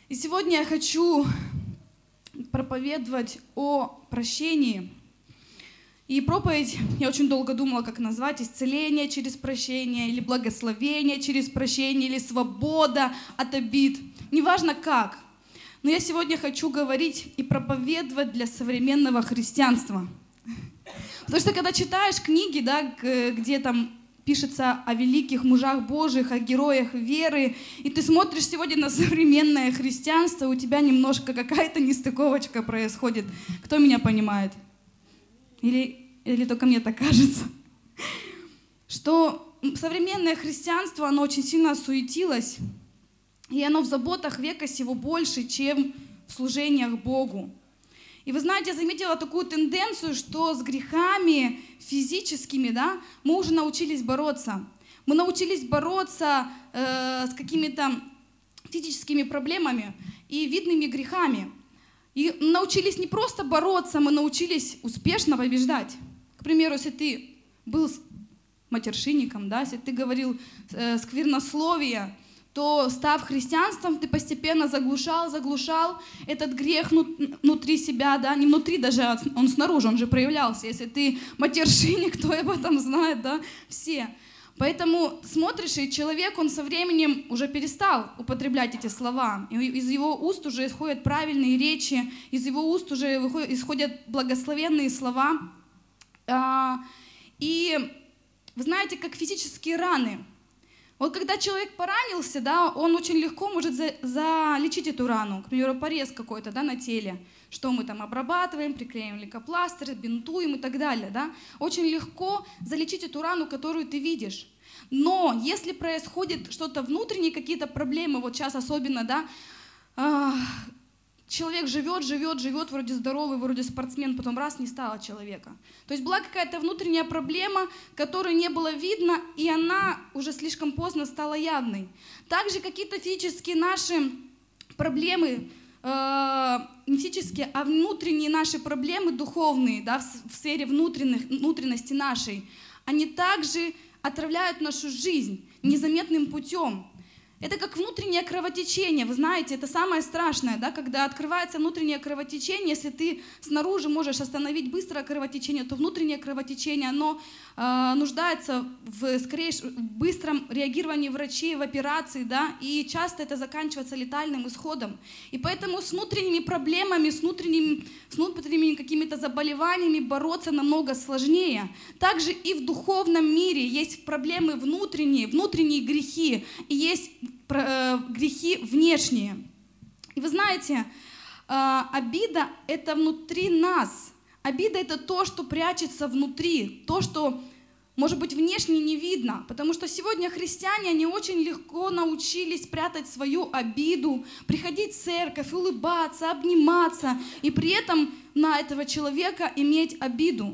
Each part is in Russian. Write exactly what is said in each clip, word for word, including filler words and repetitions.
И сегодня я хочу проповедовать о прощении. И проповедь, я очень долго думала, как назвать: исцеление через прощение, или благословение через прощение, или свобода от обид. Неважно как. Но я сегодня хочу говорить и проповедовать для современного христианства. Потому что когда читаешь книги, да, где там пишется о великих мужах Божьих, о героях веры, и ты смотришь сегодня на современное христианство, у тебя немножко какая-то нестыковочка происходит. Кто меня понимает? Или, или только мне так кажется? Что современное христианство, оно очень сильно осуетилось, и оно в заботах века сего больше, чем в служениях Богу. И вы знаете, я заметила такую тенденцию, что с грехами физическими, да, мы уже научились бороться. Мы научились бороться э, с какими-то физическими проблемами и видными грехами. И научились не просто бороться, мы научились успешно побеждать. К примеру, если ты был матершинником, да, если ты говорил э, сквернословие, то, став христианством, ты постепенно заглушал, заглушал этот грех внутри себя, да, не внутри даже, он снаружи, он же проявлялся. Если ты матершинник, кто об этом знает, да, все. Поэтому смотришь, и человек, он со временем уже перестал употреблять эти слова. И из его уст уже исходят правильные речи, из его уст уже исходят благословенные слова. И вы знаете, как физические раны. Вот когда человек поранился, да, он очень легко может за, залечить эту рану. К примеру, порез какой-то, да, на теле. Что мы там обрабатываем, приклеим лейкопластырь, бинтуем и так далее. Да? Очень легко залечить эту рану, которую ты видишь. Но если происходит что-то внутреннее, какие-то проблемы, вот сейчас особенно, да, э, человек живет, живет, живет, вроде здоровый, вроде спортсмен, потом раз, не стало человека. То есть была какая-то внутренняя проблема, которую не было видно, и она уже слишком поздно стала явной. Также какие-то физические наши проблемы, э, не физические, а внутренние наши проблемы духовные, да, в, в сфере внутренних, внутренности нашей, они также отравляют нашу жизнь незаметным путем. Это как внутреннее кровотечение, вы знаете, это самое страшное, да, когда открывается внутреннее кровотечение, если ты снаружи можешь остановить быстрое кровотечение, то внутреннее кровотечение, оно э, нуждается в, скорее, в быстром реагировании врачей, в операции, да, и часто это заканчивается летальным исходом. И поэтому с внутренними проблемами, с внутренними, с внутренними какими-то заболеваниями бороться намного сложнее. Также и в духовном мире есть проблемы внутренние, внутренние грехи, и есть грехи внешние. И вы знаете, обида — это внутри нас. Обида — это то, что прячется внутри, то, что, может быть, внешне не видно. Потому что сегодня христиане, они очень легко научились прятать свою обиду, приходить в церковь, улыбаться, обниматься, и при этом на этого человека иметь обиду.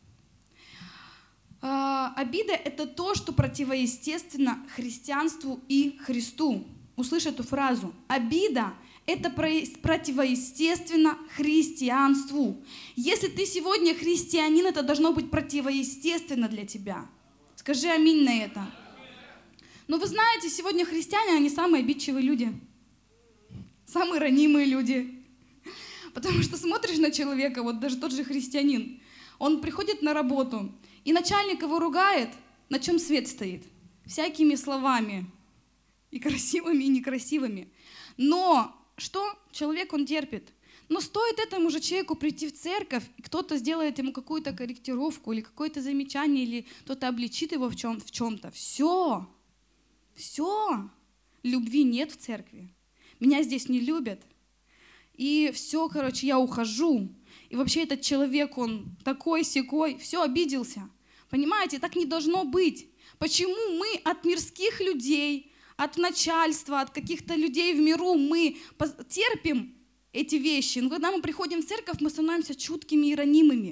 Обида — это то, что противоестественно христианству и Христу. Услышь эту фразу. Обида — это противоестественно христианству. Если ты сегодня христианин, это должно быть противоестественно для тебя. Скажи аминь на это. Но вы знаете, сегодня христиане, они самые обидчивые люди. Самые ранимые люди. Потому что смотришь на человека, вот даже тот же христианин, он приходит на работу, и начальник его ругает, на чем свет стоит? Всякими словами. И красивыми, и некрасивыми. Но что? Человек, он терпит. Но стоит этому же человеку прийти в церковь, и кто-то сделает ему какую-то корректировку, или какое-то замечание, или кто-то обличит его в, чем, в чем-то. Все. Все. Любви нет в церкви. Меня здесь не любят. И все, короче, я ухожу. И вообще этот человек, он такой-сякой, все, обиделся. Понимаете, так не должно быть. Почему мы от мирских людей, от начальства, от каких-то людей в миру, мы терпим эти вещи? Но когда мы приходим в церковь, мы становимся чуткими и ранимыми.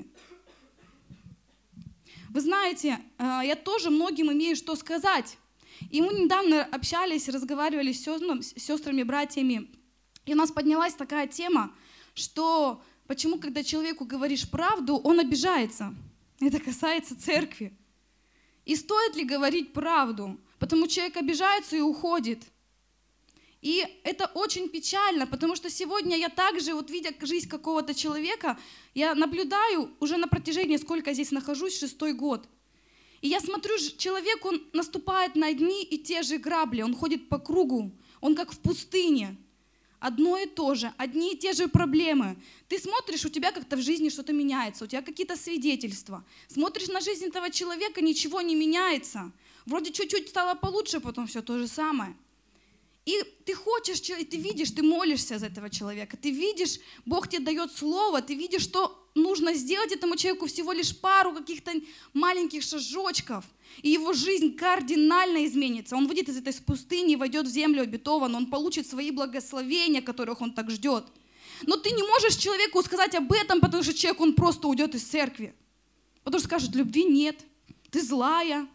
Вы знаете, я тоже многим имею что сказать. И мы недавно общались, разговаривали с сестрами, братьями, и у нас поднялась такая тема, что почему, когда человеку говоришь правду, он обижается. Это касается церкви. И стоит ли говорить правду? Потому что человек обижается и уходит. И это очень печально, потому что сегодня я также, вот видя жизнь какого-то человека, я наблюдаю уже на протяжении, сколько я здесь нахожусь, шестой год. И я смотрю, человек, он наступает на одни и те же грабли, он ходит по кругу, он как в пустыне. Одно и то же, одни и те же проблемы. Ты смотришь, у тебя как-то в жизни что-то меняется, у тебя какие-то свидетельства. Смотришь на жизнь этого человека, ничего не меняется. Вроде чуть-чуть стало получше, потом все то же самое. И ты хочешь, ты видишь, ты молишься за этого человека, ты видишь, Бог тебе дает слово, ты видишь, что нужно сделать этому человеку всего лишь пару каких-то маленьких шажочков, и его жизнь кардинально изменится. Он выйдет из этой пустыни и войдет в землю обетованную, он получит свои благословения, которых он так ждет. Но ты не можешь человеку сказать об этом, потому что человек, он просто уйдет из церкви. Потому что скажет, любви нет, ты злая,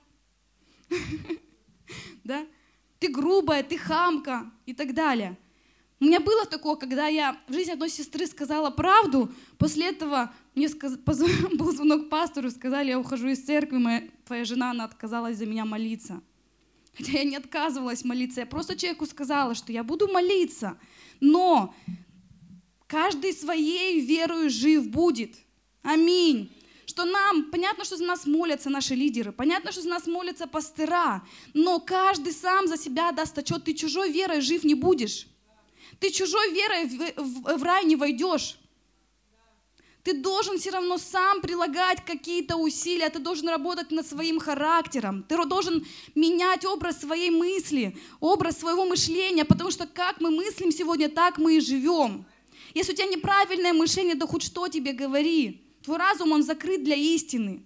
да? Ты грубая, ты хамка и так далее. У меня было такое, когда я в жизни одной сестры сказала правду, после этого мне сказ... был звонок пастору, сказали, я ухожу из церкви, моя твоя жена, она отказалась за меня молиться. Хотя я не отказывалась молиться, я просто человеку сказала, что я буду молиться, но каждый своей верою жив будет. Аминь. Что нам, понятно, что за нас молятся наши лидеры, понятно, что за нас молятся пастыра, но каждый сам за себя даст отчет, ты чужой верой жив не будешь. Ты чужой верой в, в, в рай не войдешь. Ты должен все равно сам прилагать какие-то усилия, ты должен работать над своим характером, ты должен менять образ своей мысли, образ своего мышления, потому что как мы мыслим сегодня, так мы и живем. Если у тебя неправильное мышление, да хоть что тебе говори. Твой разум, он закрыт для истины.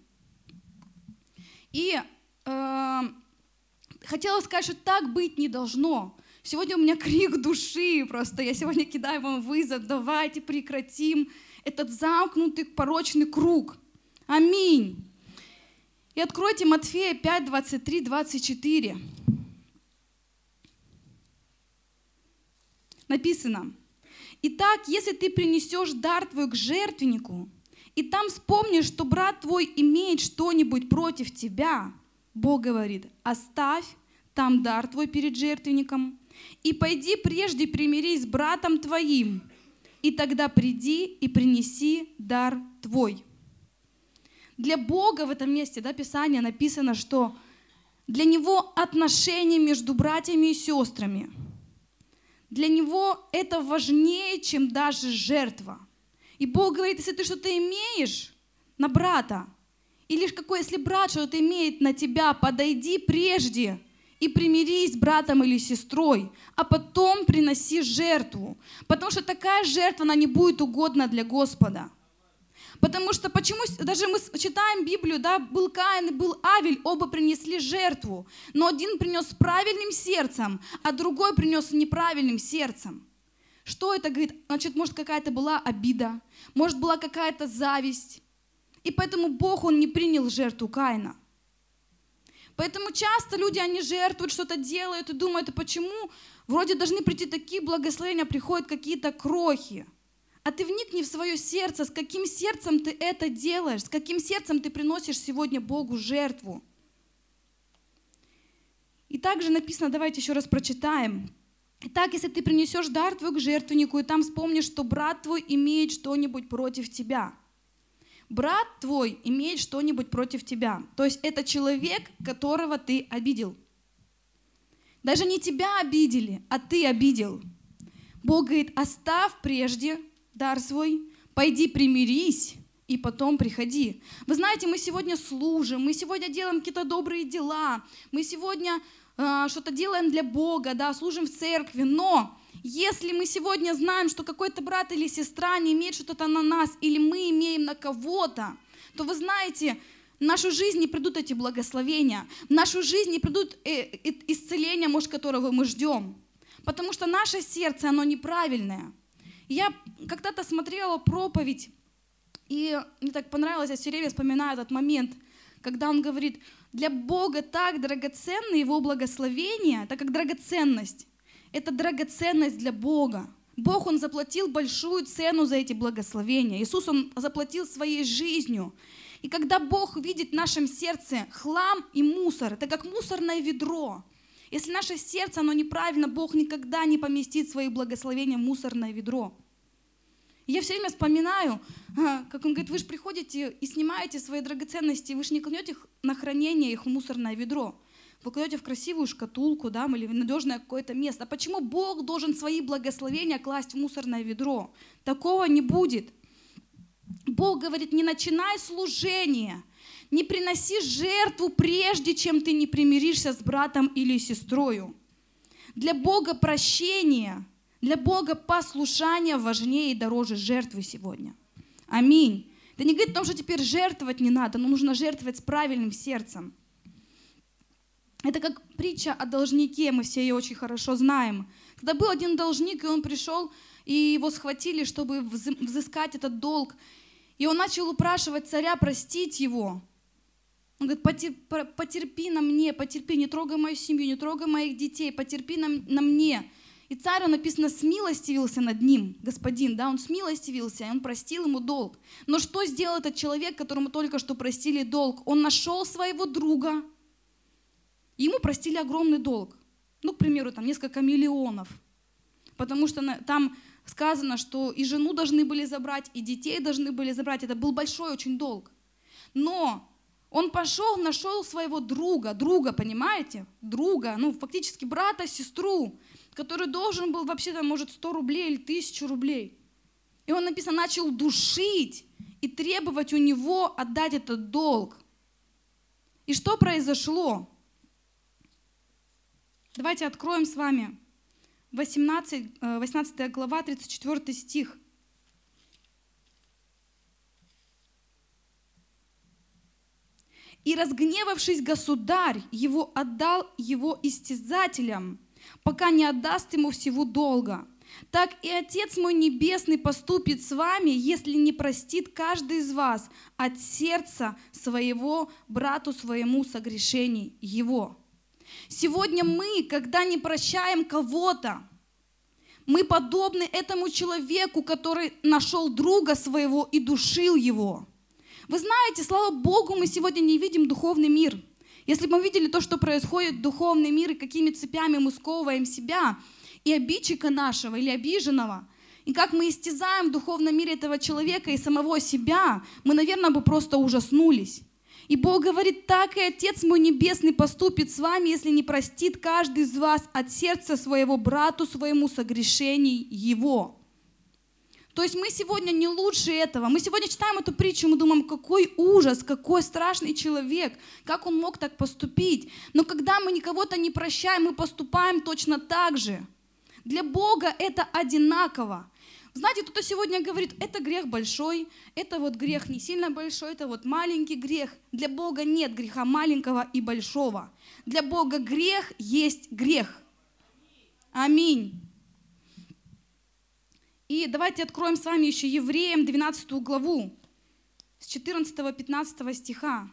И э, хотела сказать, что так быть не должно. Сегодня у меня крик души просто. Я сегодня кидаю вам вызов. Давайте прекратим этот замкнутый порочный круг. Аминь. И откройте Матфея пять, двадцать три, двадцать четыре. Написано. Итак, если ты принесешь дар твой к жертвеннику, и там вспомнишь, что брат твой имеет что-нибудь против тебя, Бог говорит, оставь там дар твой перед жертвенником, и пойди прежде примирись с братом твоим, и тогда приди и принеси дар твой. Для Бога в этом месте, да, Писание написано, что для Него отношения между братьями и сестрами, для Него это важнее, чем даже жертва. И Бог говорит, если ты что-то имеешь на брата, или какой, если брат что-то имеет на тебя, подойди прежде и примирись с братом или сестрой, а потом приноси жертву. Потому что такая жертва, она не будет угодна для Господа. Потому что почему, даже мы читаем Библию, да, был Каин и был Авель, оба принесли жертву, но один принес с правильным сердцем, а другой принес с неправильным сердцем. Что это говорит? Значит, может, какая-то была обида, может, была какая-то зависть. И поэтому Бог, Он не принял жертву Каина. Поэтому часто люди, они жертвуют, что-то делают и думают, а почему вроде должны прийти такие благословения, а приходят какие-то крохи. А ты вникни в свое сердце, с каким сердцем ты это делаешь, с каким сердцем ты приносишь сегодня Богу жертву. И также написано, давайте еще раз прочитаем. Итак, если ты принесешь дар твой к жертвеннику, и там вспомнишь, что брат твой имеет что-нибудь против тебя. Брат твой имеет что-нибудь против тебя. То есть это человек, которого ты обидел. Даже не тебя обидели, а ты обидел. Бог говорит, оставь прежде дар свой, пойди примирись, и потом приходи. Вы знаете, мы сегодня служим, мы сегодня делаем какие-то добрые дела, мы сегодня э, что-то делаем для Бога, да, служим в церкви, но если мы сегодня знаем, что какой-то брат или сестра не имеет что-то на нас, или мы имеем на кого-то, то вы знаете, в нашу жизнь не придут эти благословения, в нашу жизнь не придут э, э, исцеления, может, которого мы ждем, потому что наше сердце, оно неправильное. Я когда-то смотрела проповедь, и мне так понравилось, я все время вспоминаю этот момент, когда он говорит, для Бога так драгоценны Его благословения, так как драгоценность, это драгоценность для Бога. Бог, Он заплатил большую цену за эти благословения. Иисус, Он заплатил своей жизнью. И когда Бог видит в нашем сердце хлам и мусор, это как мусорное ведро, Если наше сердце, оно неправильно, Бог никогда не поместит свои благословения в мусорное ведро. И я все время вспоминаю, как он говорит, вы же приходите и снимаете свои драгоценности, вы же не кладете их на хранение, их в мусорное ведро. Вы кладете в красивую шкатулку, да, или в надежное какое-то место. А почему Бог должен свои благословения класть в мусорное ведро? Такого не будет. Бог говорит, не начинай служение, не приноси жертву, прежде чем ты не примиришься с братом или сестрою. Для Бога прощение, для Бога послушание важнее и дороже жертвы сегодня. Аминь. Это не говорит о том, что теперь жертвовать не надо, но нужно жертвовать с правильным сердцем. Это как притча о должнике, мы все ее очень хорошо знаем. Когда был один должник, и он пришел, и его схватили, чтобы взыскать этот долг, и он начал упрашивать царя простить его. Он говорит, потерпи на мне, потерпи, не трогай мою семью, не трогай моих детей, потерпи на, на мне. И царь, он написано, смилостивился над ним, господин, да, он смилостивился, и он простил ему долг. Но что сделал этот человек, которому только что простили долг? Он нашел своего друга, ему простили огромный долг. Ну, к примеру, там несколько миллионов. Потому что там сказано, что и жену должны были забрать, и детей должны были забрать. Это был большой очень долг. Но он пошел, нашел своего друга, друга, понимаете? Друга, ну, фактически брата, сестру, который должен был вообще-то, может, сто рублей или тысячу рублей. И он, написано, начал душить и требовать у него отдать этот долг. И что произошло? Давайте откроем с вами восемнадцатая глава, тридцать четвёртый стих. «И разгневавшись государь, его отдал его истязателям, пока не отдаст ему всего долга. Так и Отец мой Небесный поступит с вами, если не простит каждый из вас от сердца своего брату своему согрешений его». Сегодня мы, когда не прощаем кого-то, мы подобны этому человеку, который нашел друга своего и душил его. Вы знаете, слава Богу, мы сегодня не видим духовный мир. Если бы мы видели то, что происходит в духовном мире, какими цепями мы сковываем себя и обидчика нашего или обиженного, и как мы истязаем в духовном мире этого человека и самого себя, мы, наверное, бы просто ужаснулись. И Бог говорит, так и Отец мой Небесный поступит с вами, если не простит каждый из вас от сердца своего брату своему согрешений его. То есть мы сегодня не лучше этого. Мы сегодня читаем эту притчу, мы думаем, какой ужас, какой страшный человек, как он мог так поступить. Но когда мы никого-то не прощаем, мы поступаем точно так же. Для Бога это одинаково. Знаете, кто-то сегодня говорит, это грех большой, это вот грех не сильно большой, это вот маленький грех. Для Бога нет греха маленького и большого. Для Бога грех есть грех. Аминь. И давайте откроем с вами еще Евреям двенадцатую главу, с четырнадцатого-пятнадцатого стиха.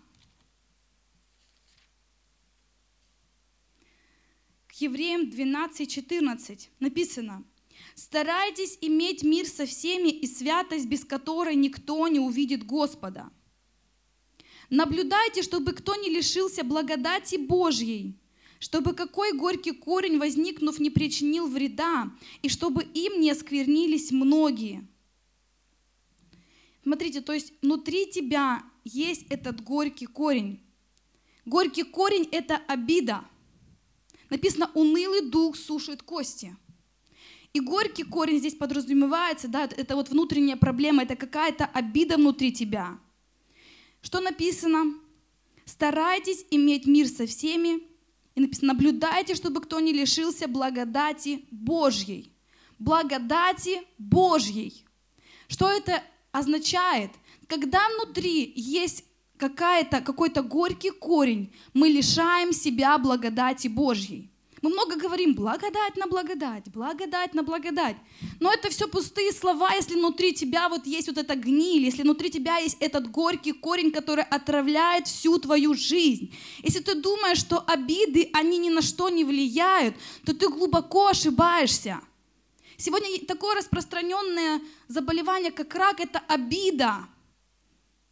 К Евреям двенадцать четырнадцать написано: «Старайтесь иметь мир со всеми и святость, без которой никто не увидит Господа. Наблюдайте, чтобы кто не лишился благодати Божьей, чтобы какой горький корень, возникнув, не причинил вреда, и чтобы им не осквернились многие». Смотрите, то есть внутри тебя есть этот горький корень. Горький корень – это обида. Написано, унылый дух сушит кости. И горький корень здесь подразумевается, да, это вот внутренняя проблема, это какая-то обида внутри тебя. Что написано? Старайтесь иметь мир со всеми. И написано, наблюдайте, чтобы кто не лишился благодати Божьей. Благодати Божьей. Что это означает? Когда внутри есть какая-то, какой-то горький корень, мы лишаем себя благодати Божьей. Мы много говорим благодать на благодать, благодать на благодать. Но это все пустые слова, если внутри тебя вот есть вот эта гниль, если внутри тебя есть этот горький корень, который отравляет всю твою жизнь. Если ты думаешь, что обиды, они ни на что не влияют, то ты глубоко ошибаешься. Сегодня такое распространенное заболевание, как рак, это обида.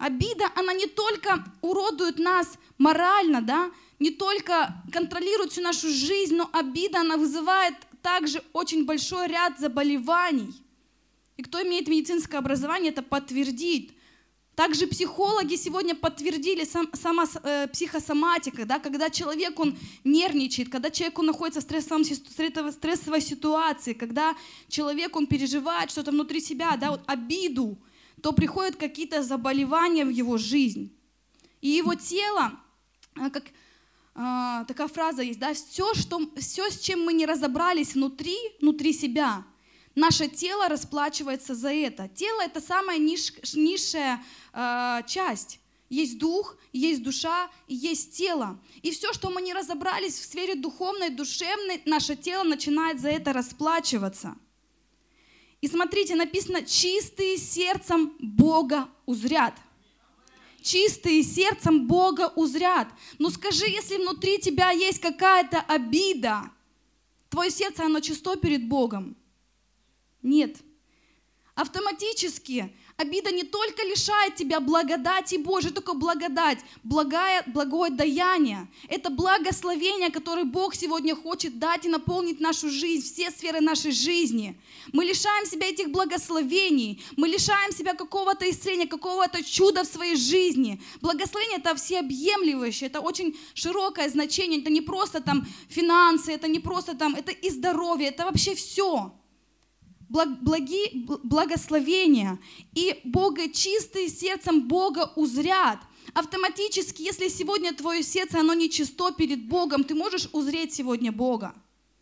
Обида, она не только уродует нас морально, да, не только контролирует всю нашу жизнь, но обида, она вызывает также очень большой ряд заболеваний. И кто имеет медицинское образование, это подтвердит. Также психологи сегодня подтвердили сам, сама э, психосоматика, да, когда человек он нервничает, когда человек он находится в стрессовом, стрессовой ситуации, когда человек он переживает что-то внутри себя, да, вот обиду, то приходят какие-то заболевания в его жизнь. И его тело, как э, такая фраза есть, да, все, что, все, с чем мы не разобрались внутри, внутри себя, наше тело расплачивается за это. Тело — это самая ниш, низшая э, часть. Есть дух, есть душа и есть тело. И все, что мы не разобрались в сфере духовной, душевной, наше тело начинает за это расплачиваться. И смотрите, написано: «Чистые сердцем Бога узрят». Чистые сердцем Бога узрят. Ну скажи, если внутри тебя есть какая-то обида, твое сердце, оно чисто перед Богом? Нет. Автоматически обида не только лишает тебя благодати Божией, только благодать, благое, благое даяние. Это благословение, которое Бог сегодня хочет дать и наполнить нашу жизнь, все сферы нашей жизни. Мы лишаем себя этих благословений, мы лишаем себя какого-то исцеления, какого-то чуда в своей жизни. Благословение — это всеобъемлющее, это очень широкое значение, это не просто там финансы, это не просто там, это и здоровье, это вообще все. Благи, благословения, и Бога чистые сердцем Бога узрят. Автоматически, если сегодня твое сердце, оно не чисто перед Богом, ты можешь узреть сегодня Бога.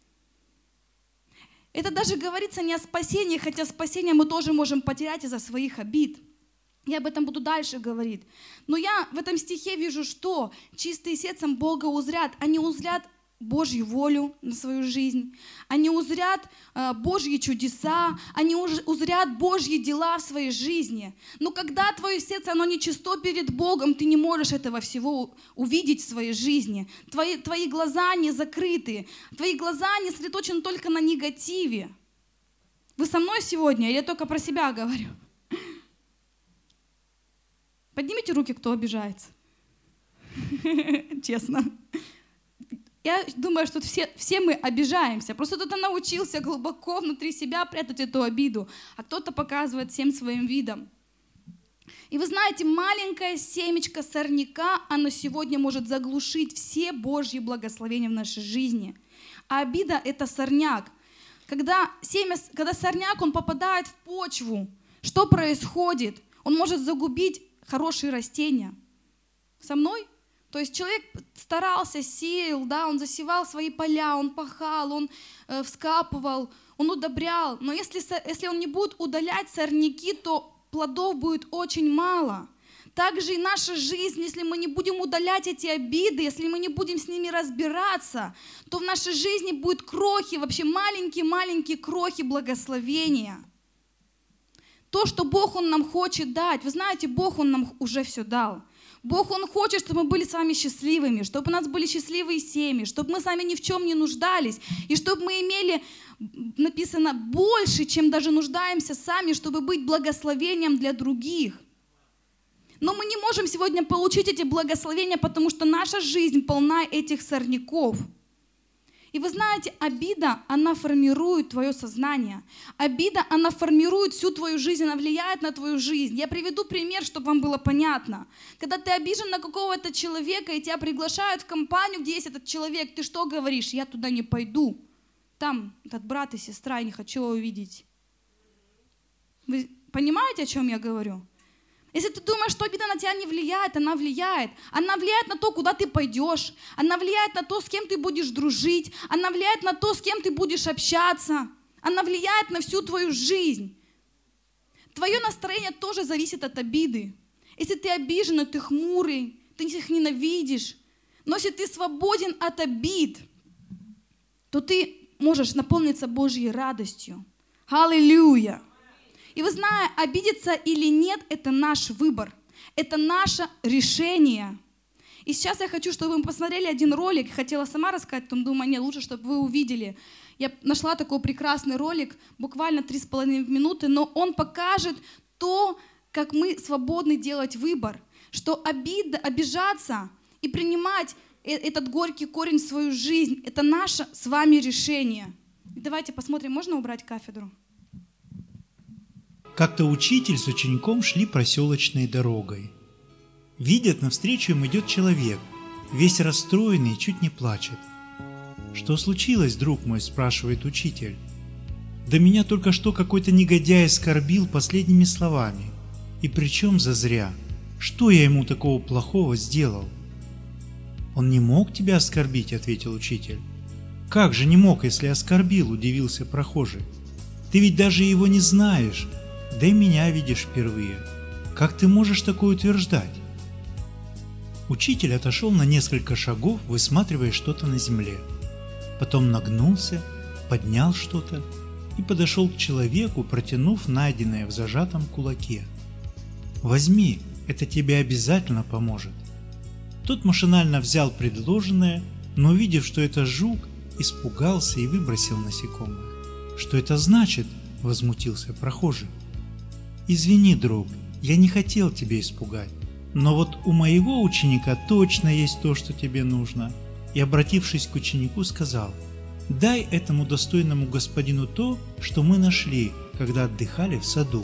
Это даже говорится не о спасении, хотя спасение мы тоже можем потерять из-за своих обид. Я об этом буду дальше говорить. Но я в этом стихе вижу, что чистые сердцем Бога узрят. Они узрят Божью волю на свою жизнь, они узрят э, Божьи чудеса, они узрят Божьи дела в своей жизни. Но когда твое сердце, оно не чисто перед Богом, ты не можешь этого всего увидеть в своей жизни. Твои, твои глаза не закрыты, твои глаза не сосредоточены только на негативе. Вы со мной сегодня, или я только про себя говорю? Поднимите руки, кто обижается. Честно. Я думаю, что все, все мы обижаемся. Просто кто-то научился глубоко внутри себя прятать эту обиду, а кто-то показывает всем своим видом. И вы знаете, маленькое семечко сорняка, оно сегодня может заглушить все Божьи благословения в нашей жизни. А обида — это сорняк. Когда, семя, когда сорняк, он попадает в почву, что происходит? Он может загубить хорошие растения. Со мной? То есть человек старался, сеял, да, он засевал свои поля, он пахал, он э, вскапывал, он удобрял. Но если, если он не будет удалять сорняки, то плодов будет очень мало. Также и наша жизнь, если мы не будем удалять эти обиды, если мы не будем с ними разбираться, то в нашей жизни будут крохи, вообще маленькие-маленькие крохи благословения. То, что Бог, Он нам хочет дать. Вы знаете, Бог, Он нам уже все дал. Бог, Он хочет, чтобы мы были с вами счастливыми, чтобы у нас были счастливые семьи, чтобы мы с вами ни в чем не нуждались, и чтобы мы имели, написано, больше, чем даже нуждаемся сами, чтобы быть благословением для других. Но мы не можем сегодня получить эти благословения, потому что наша жизнь полна этих сорняков. И вы знаете, обида, она формирует твое сознание. Обида, она формирует всю твою жизнь, она влияет на твою жизнь. Я приведу пример, чтобы вам было понятно. Когда ты обижен на какого-то человека, и тебя приглашают в компанию, где есть этот человек, ты что говоришь? Я туда не пойду. Там этот брат и сестра, я не хочу его увидеть. Вы понимаете, о чем я говорю? Если ты думаешь, что обида на тебя не влияет, она влияет. Она влияет на то, куда ты пойдешь. Она влияет на то, с кем ты будешь дружить. Она влияет на то, с кем ты будешь общаться. Она влияет на всю твою жизнь. Твое настроение тоже зависит от обиды. Если ты обиженный, ты хмурый, ты их ненавидишь. Но если ты свободен от обид, то ты можешь наполниться Божьей радостью. Аллилуйя! И вы знаете, обидеться или нет, это наш выбор, это наше решение. И сейчас я хочу, чтобы вы посмотрели один ролик, хотела сама рассказать, потом думаю, нет, лучше, чтобы вы увидели. Я нашла такой прекрасный ролик, буквально три с половиной минуты, но он покажет то, как мы свободны делать выбор, что обида, обижаться и принимать этот горький корень в свою жизнь — это наше с вами решение. Давайте посмотрим, можно убрать кафедру? Как-то учитель с учеником шли проселочной дорогой. Видят, навстречу им идет человек, весь расстроенный и чуть не плачет. «Что случилось, друг мой?» – спрашивает учитель. «Да меня только что какой-то негодяй оскорбил последними словами. И причем зазря. Что я ему такого плохого сделал?» «Он не мог тебя оскорбить», – ответил учитель. «Как же не мог, если оскорбил?» – удивился прохожий. «Ты ведь даже его не знаешь, да и меня видишь впервые. Как ты можешь такое утверждать?» Учитель отошел на несколько шагов, высматривая что-то на земле. Потом нагнулся, поднял что-то и подошел к человеку, протянув найденное в зажатом кулаке. «Возьми, это тебе обязательно поможет». Тот машинально взял предложенное, но, увидев, что это жук, испугался и выбросил насекомое. «Что это значит?» – возмутился прохожий. «Извини, друг, я не хотел тебя испугать, но вот у моего ученика точно есть то, что тебе нужно». И, обратившись к ученику, сказал: «Дай этому достойному господину то, что мы нашли, когда отдыхали в саду».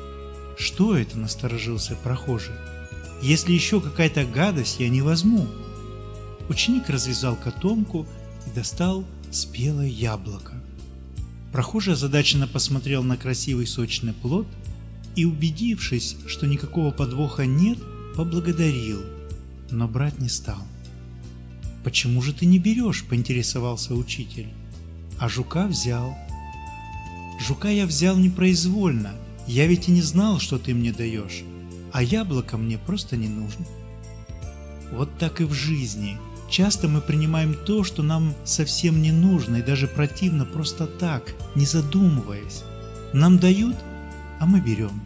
«Что это?» – насторожился прохожий. «Если еще какая-то гадость, я не возьму». Ученик развязал котомку и достал спелое яблоко. Прохожий озадаченно посмотрел на красивый сочный плод и, убедившись, что никакого подвоха нет, поблагодарил, но брать не стал. «Почему же ты не берешь?» – поинтересовался учитель. «А жука взял». «Жука я взял непроизвольно, я ведь и не знал, что ты мне даешь, а яблоко мне просто не нужно». Вот так и в жизни. Часто мы принимаем то, что нам совсем не нужно и даже противно просто так, не задумываясь. Нам дают, а мы берем.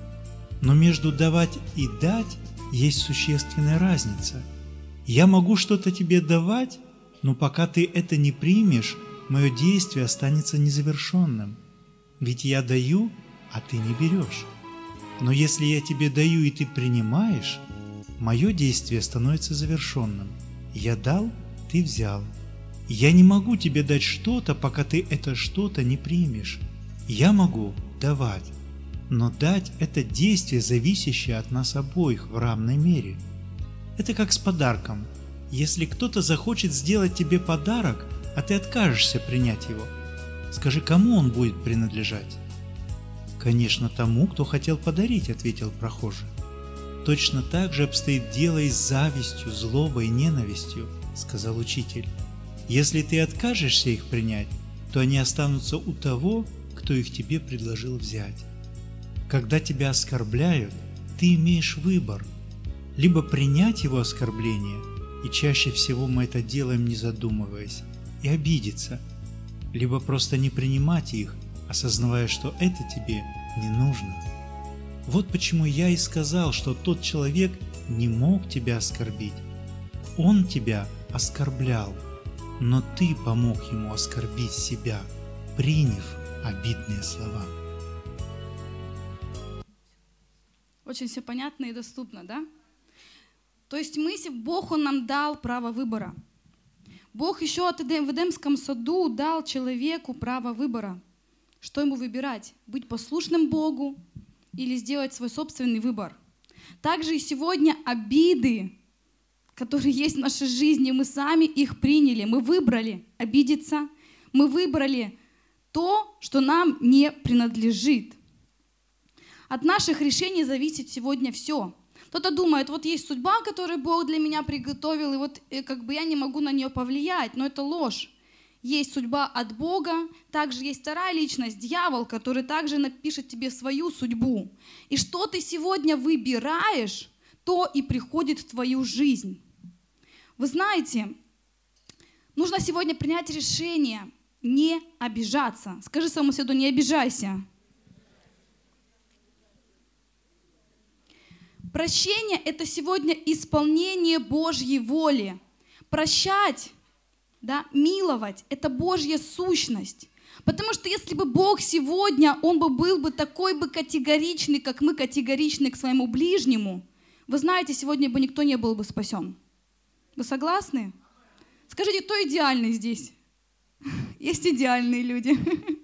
Но между давать и дать есть существенная разница. Я могу что-то тебе давать, но пока ты это не примешь, мое действие останется незавершенным. Ведь я даю, а ты не берешь. Но если я тебе даю и ты принимаешь, мое действие становится завершенным. Я дал, ты взял. Я не могу тебе дать что-то, пока ты это что-то не примешь. Я могу давать, но дать – это действие, зависящее от нас обоих в равной мере. Это как с подарком. Если кто-то захочет сделать тебе подарок, а ты откажешься принять его, скажи, кому он будет принадлежать? «Конечно, тому, кто хотел подарить», – ответил прохожий. «Точно так же обстоит дело и с завистью, злобой и ненавистью», – сказал учитель. «Если ты откажешься их принять, то они останутся у того, кто их тебе предложил взять. Когда тебя оскорбляют, ты имеешь выбор. Либо принять его оскорбление, и чаще всего мы это делаем не задумываясь, и обидеться, либо просто не принимать их, осознавая, что это тебе не нужно. Вот почему я и сказал, что тот человек не мог тебя оскорбить. Он тебя оскорблял, но ты помог ему оскорбить себя, приняв обидные слова». Очень все понятно и доступно, да? То есть мы, Бог, Он нам дал право выбора. Бог еще в Эдемском саду дал человеку право выбора. Что ему выбирать? Быть послушным Богу или сделать свой собственный выбор? Также и сегодня обиды, которые есть в нашей жизни, мы сами их приняли. Мы выбрали обидеться, мы выбрали то, что нам не принадлежит. От наших решений зависит сегодня все. Кто-то думает, вот есть судьба, которую Бог для меня приготовил, и вот как бы я не могу на нее повлиять, но это ложь. Есть судьба от Бога, также есть вторая личность, дьявол, который также напишет тебе свою судьбу. И что ты сегодня выбираешь, то и приходит в твою жизнь. Вы знаете, нужно сегодня принять решение не обижаться. Скажи своему соседу: не обижайся. Прощение – это сегодня исполнение Божьей воли. Прощать, да, миловать – это Божья сущность. Потому что если бы Бог сегодня, Он бы был бы такой бы категоричный, как мы категоричны к своему ближнему, вы знаете, сегодня бы никто не был бы спасен. Вы согласны? Скажите, кто идеальный здесь? Есть идеальные люди.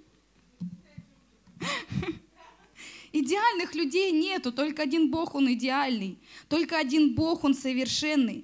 Идеальных людей нету, только один Бог, Он идеальный. Только один Бог, Он совершенный.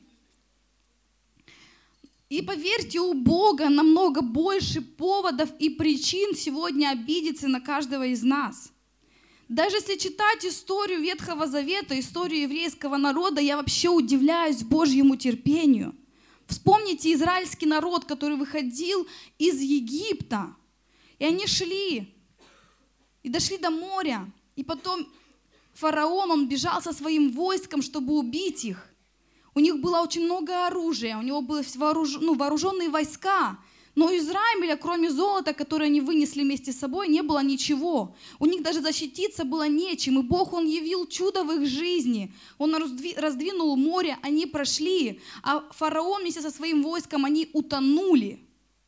И поверьте, у Бога намного больше поводов и причин сегодня обидеться на каждого из нас. Даже если читать историю Ветхого Завета, историю еврейского народа, я вообще удивляюсь Божьему терпению. Вспомните израильский народ, который выходил из Египта. И они шли, и дошли до моря. И потом фараон, он бежал со своим войском, чтобы убить их. У них было очень много оружия, у него были вооруж... ну, вооруженные войска. Но у Израиля, кроме золота, которое они вынесли вместе с собой, не было ничего. У них даже защититься было нечем. И Бог, Он явил чудо в их жизни. Он раздвинул море, они прошли. А фараон вместе со своим войском, они утонули.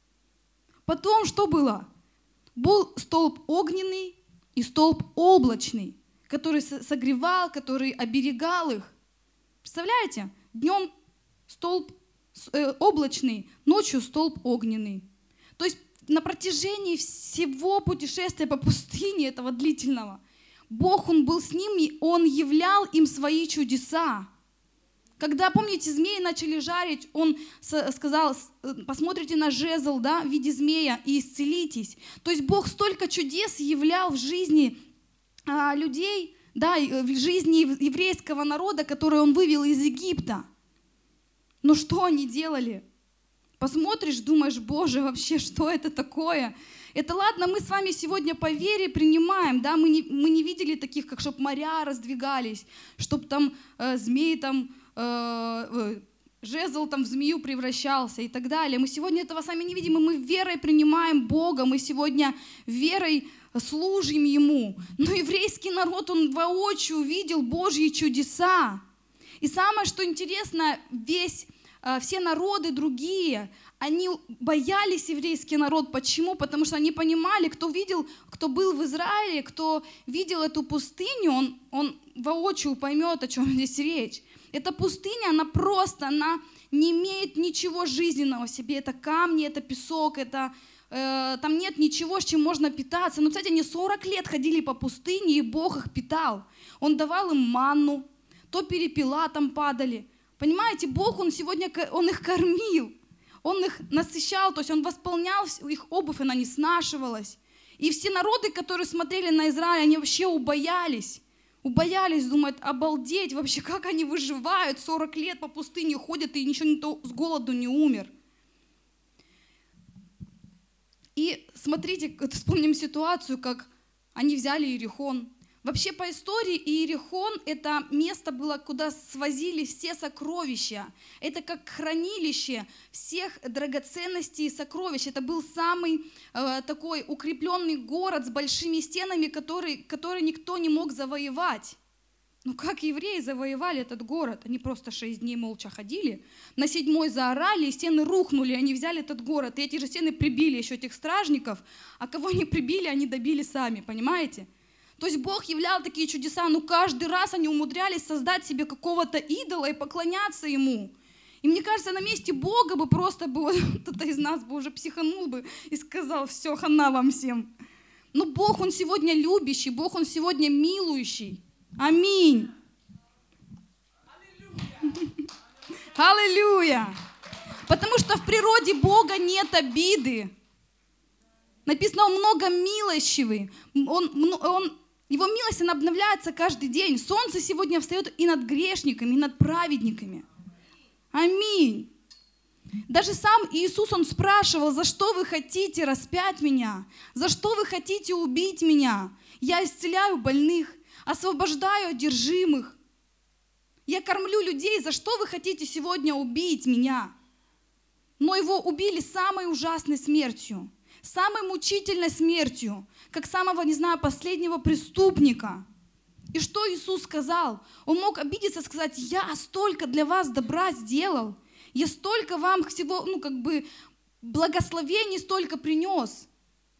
Потом что было? Был столб огненный и столб облачный, который согревал, который оберегал их. Представляете? Днем столб облачный, ночью столб огненный. То есть на протяжении всего путешествия по пустыне, этого длительного, Бог, Он был с ним, и Он являл им свои чудеса. Когда, помните, змеи начали жарить, Он сказал: посмотрите на жезл, да, в виде змея и исцелитесь. То есть Бог столько чудес являл в жизни а, людей, да, в жизни еврейского народа, который Он вывел из Египта. Но что они делали? Посмотришь, думаешь: Боже, вообще, что это такое? Это ладно, мы с вами сегодня по вере принимаем, да, мы не, мы не видели таких, как чтобы моря раздвигались, чтобы там э, змеи там, э, жезл там в змею превращался и так далее. Мы сегодня этого сами не видим, и мы верой принимаем Бога, мы сегодня верой служим Ему. Но еврейский народ, он воочию увидел Божьи чудеса. И самое, что интересно, весь, все народы другие, они боялись еврейский народ. Почему? Потому что они понимали, кто видел, кто был в Израиле, кто видел эту пустыню, он, он воочию поймет, о чем здесь речь. Эта пустыня, она просто, она не имеет ничего жизненного в себе. Это камни, это песок, это, э, там нет ничего, с чем можно питаться. Но, кстати, они сорок лет ходили по пустыне, и Бог их питал. Он давал им манну, то перепела там падали. Понимаете, Бог, Он сегодня, Он их кормил, Он их насыщал, то есть Он восполнял их обувь, она не снашивалась. И все народы, которые смотрели на Израиль, они вообще убоялись. Убоялись, думают: обалдеть, вообще как они выживают, сорок лет по пустыне ходят и ничего не то, с голоду не умер. И смотрите, вспомним ситуацию, как они взяли Иерихон. Вообще по истории Иерихон — это место было, куда свозили все сокровища. Это как хранилище всех драгоценностей и сокровищ. Это был самый э, такой укрепленный город с большими стенами, который, который никто не мог завоевать. Ну как евреи завоевали этот город? Они просто шесть дней молча ходили, на седьмой заорали, и стены рухнули, они взяли этот город. И эти же стены прибили еще этих стражников, а кого не прибили, они добили сами, понимаете? То есть Бог являл такие чудеса, но каждый раз они умудрялись создать себе какого-то идола и поклоняться ему. И мне кажется, на месте Бога бы просто бы, кто-то из нас бы уже психанул бы и сказал: все, хана вам всем. Но Бог, Он сегодня любящий, Бог, Он сегодня милующий. Аминь. Аллилуйя. Потому что в природе Бога нет обиды. Написано: Он много милостивый. Он, он, Его милость, она обновляется каждый день. Солнце сегодня встает и над грешниками, и над праведниками. Аминь. Даже сам Иисус, Он спрашивал: за что вы хотите распять меня? За что вы хотите убить меня? Я исцеляю больных, освобождаю одержимых. Я кормлю людей. За что вы хотите сегодня убить меня? Но Его убили самой ужасной смертью. Самой мучительной смертью, как самого, не знаю, последнего преступника. И что Иисус сказал? Он мог обидеться и сказать: я столько для вас добра сделал, я столько вам всего, ну, как бы, благословений столько принес.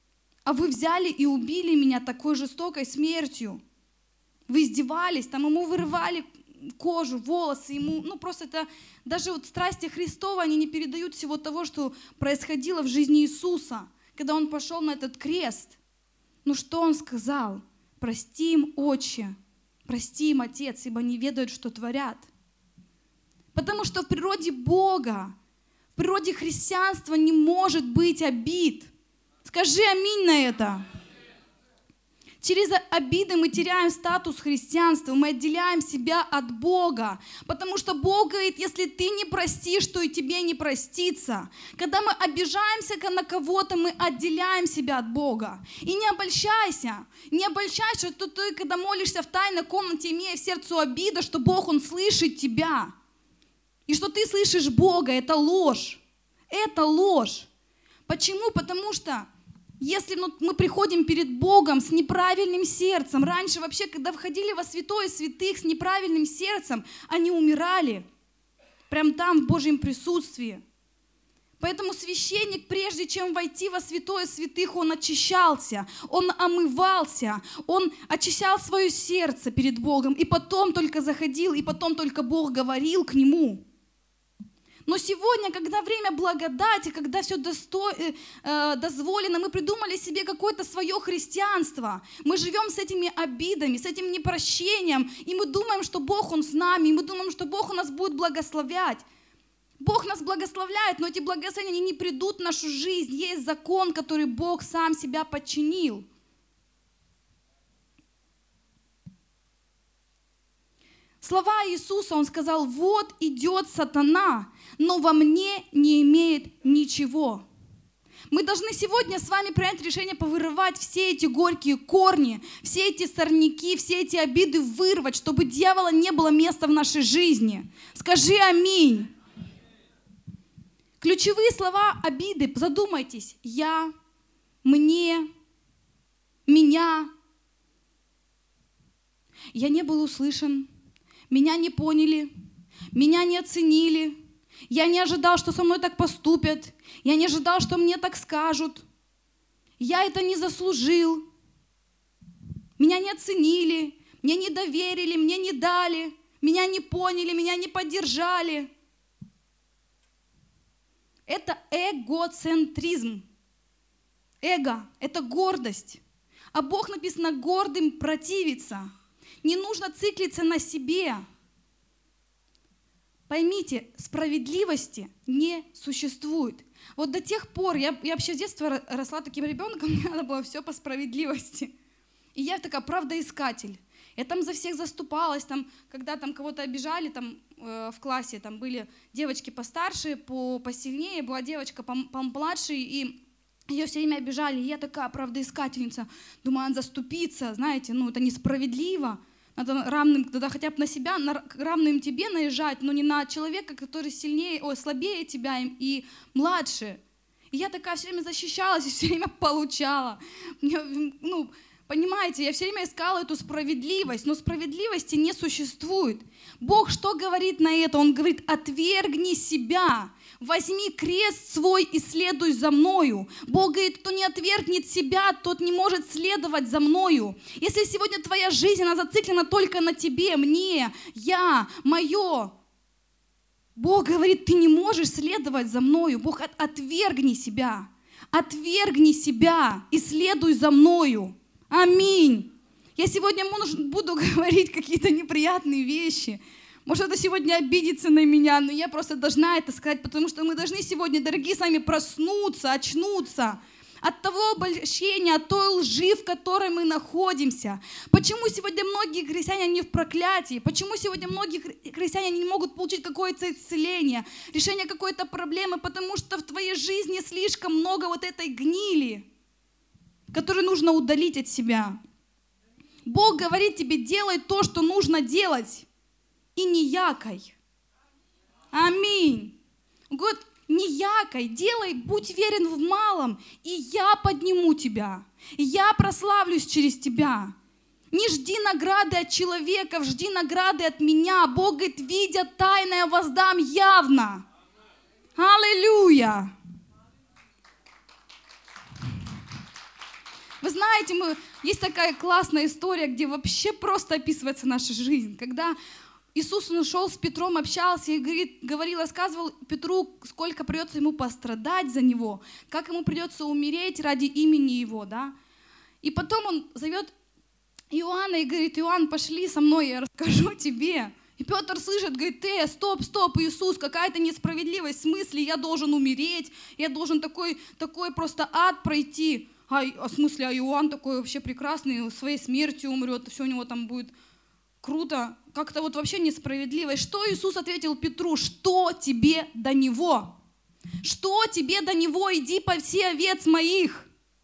а вы взяли и убили меня такой жестокой смертью. Вы издевались, там ему вырывали кожу, волосы, ему, ну просто это, даже вот страсти Христова, они не передают всего того, что происходило в жизни Иисуса, когда Он пошел на этот крест. Ну что Он сказал? Прости им, Отче, прости им, Отец, ибо не ведают, что творят. Потому что в природе Бога, в природе христианства не может быть обид. Скажи аминь на это. Через обиды мы теряем статус христианства, мы отделяем себя от Бога, потому что Бог говорит, если ты не простишь, то и тебе не простится. Когда мы обижаемся на кого-то, мы отделяем себя от Бога. И не обольщайся, не обольщайся, что ты, когда молишься в тайной комнате, имея в сердце обиду, что Бог, Он слышит тебя. И что ты слышишь Бога, это ложь. Это ложь. Почему? Потому что если ну, мы приходим перед Богом с неправильным сердцем, раньше вообще, когда входили во святое святых с неправильным сердцем, они умирали прямо там, в Божьем присутствии. Поэтому священник, прежде чем войти во святое святых, он очищался, он омывался, он очищал свое сердце перед Богом, и потом только заходил, и потом только Бог говорил к нему. Но сегодня, когда время благодати, когда все досто... э, дозволено, мы придумали себе какое-то свое христианство. Мы живем с этими обидами, с этим непрощением, и мы думаем, что Бог, Он с нами, и мы думаем, что Бог у нас будет благословлять. Бог нас благословляет, но эти благословения они не придут в нашу жизнь. Есть закон, который Бог сам себя подчинил. Слова Иисуса, Он сказал, вот идет сатана, но во мне не имеет ничего. Мы должны сегодня с вами принять решение повырывать все эти горькие корни, все эти сорняки, все эти обиды вырвать, чтобы дьявола не было места в нашей жизни. Скажи аминь. Ключевые слова обиды, задумайтесь. Я, мне, меня. Я не был услышан. Меня не поняли, меня не оценили, я не ожидал, что со мной так поступят, я не ожидал, что мне так скажут, я это не заслужил, меня не оценили, мне не доверили, мне не дали, меня не поняли, меня не поддержали. Это эгоцентризм. Эго – это гордость. А Бог, написано, гордым противится. Не нужно циклиться на себе. Поймите, справедливости не существует. Вот до тех пор, я, я вообще с детства росла таким ребенком, мне надо было все по справедливости. И я такая правдоискатель. Я там за всех заступалась, там, когда там кого-то обижали там, э, в классе, там были девочки постарше, по, посильнее, была девочка помладше, и ее все время обижали. И я такая правдоискательница, думаю, надо заступиться, знаете, ну это несправедливо. Надо равным, тогда хотя бы на себя, на, равным тебе наезжать, но не на человека, который сильнее, ой, слабее тебя и младше. И я такая все время защищалась и все время получала. Ну, понимаете, я все время искала эту справедливость, но справедливости не существует. Бог что говорит на это? Он говорит, отвергни себя. Возьми крест свой и следуй за мною. Бог говорит, кто не отвергнет себя, тот не может следовать за мною. Если сегодня твоя жизнь, она зациклена только на тебе, мне, я, мое, Бог говорит, ты не можешь следовать за мною. Бог, от, отвергни себя, отвергни себя и следуй за мною. Аминь. Я сегодня буду говорить какие-то неприятные вещи. Может, это сегодня обидится на меня, но я просто должна это сказать, потому что мы должны сегодня, дорогие, с вами проснуться, очнуться от того обольщения, от той лжи, в которой мы находимся. Почему сегодня многие христиане, они в проклятии? Почему сегодня многие христиане не могут получить какое-то исцеление, решение какой-то проблемы? Потому что в твоей жизни слишком много вот этой гнили, которую нужно удалить от себя. Бог говорит тебе, делай то, что нужно делать. И не якай. Аминь. Он говорит, не якай, делай, будь верен в малом, и я подниму тебя, и я прославлюсь через тебя. Не жди награды от человека, жди награды от меня. Бог говорит, видя тайное, воздам явно. Аллилуйя. Вы знаете, мы, есть такая классная история, где вообще просто описывается наша жизнь. Когда Иисус он шел с Петром, общался и говорит, говорил, рассказывал Петру, сколько придется ему пострадать за него, как ему придется умереть ради имени его, да. И потом он зовет Иоанна и говорит: Иоанн, пошли со мной, я расскажу тебе. И Петр слышит, говорит: ты, стоп, стоп, Иисус, какая-то несправедливость, в смысле, я должен умереть, я должен такой, такой просто ад пройти. А, а в смысле, а Иоанн такой вообще прекрасный, своей смертью умрет, все у него там будет круто. Как-то вот вообще несправедливо. Что Иисус ответил Петру? Что тебе до него? Что тебе до него? Иди паси овец моих.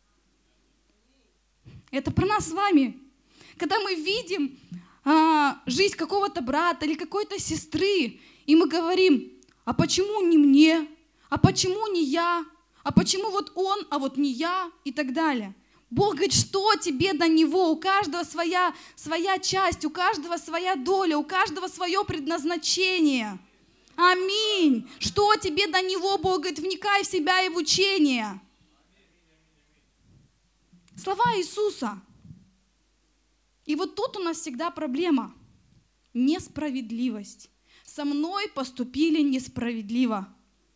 Это про нас с вами. Когда мы видим а, жизнь какого-то брата или какой-то сестры, и мы говорим: а почему не мне? А почему не я? А почему вот он, а вот не я? И так далее. Бог говорит: что тебе до него? У каждого своя, своя часть, у каждого своя доля, у каждого свое предназначение. Аминь. Что тебе до него? Бог говорит: вникай в себя и в учение. Слова Иисуса. И вот тут у нас всегда проблема. Несправедливость. Со мной поступили несправедливо.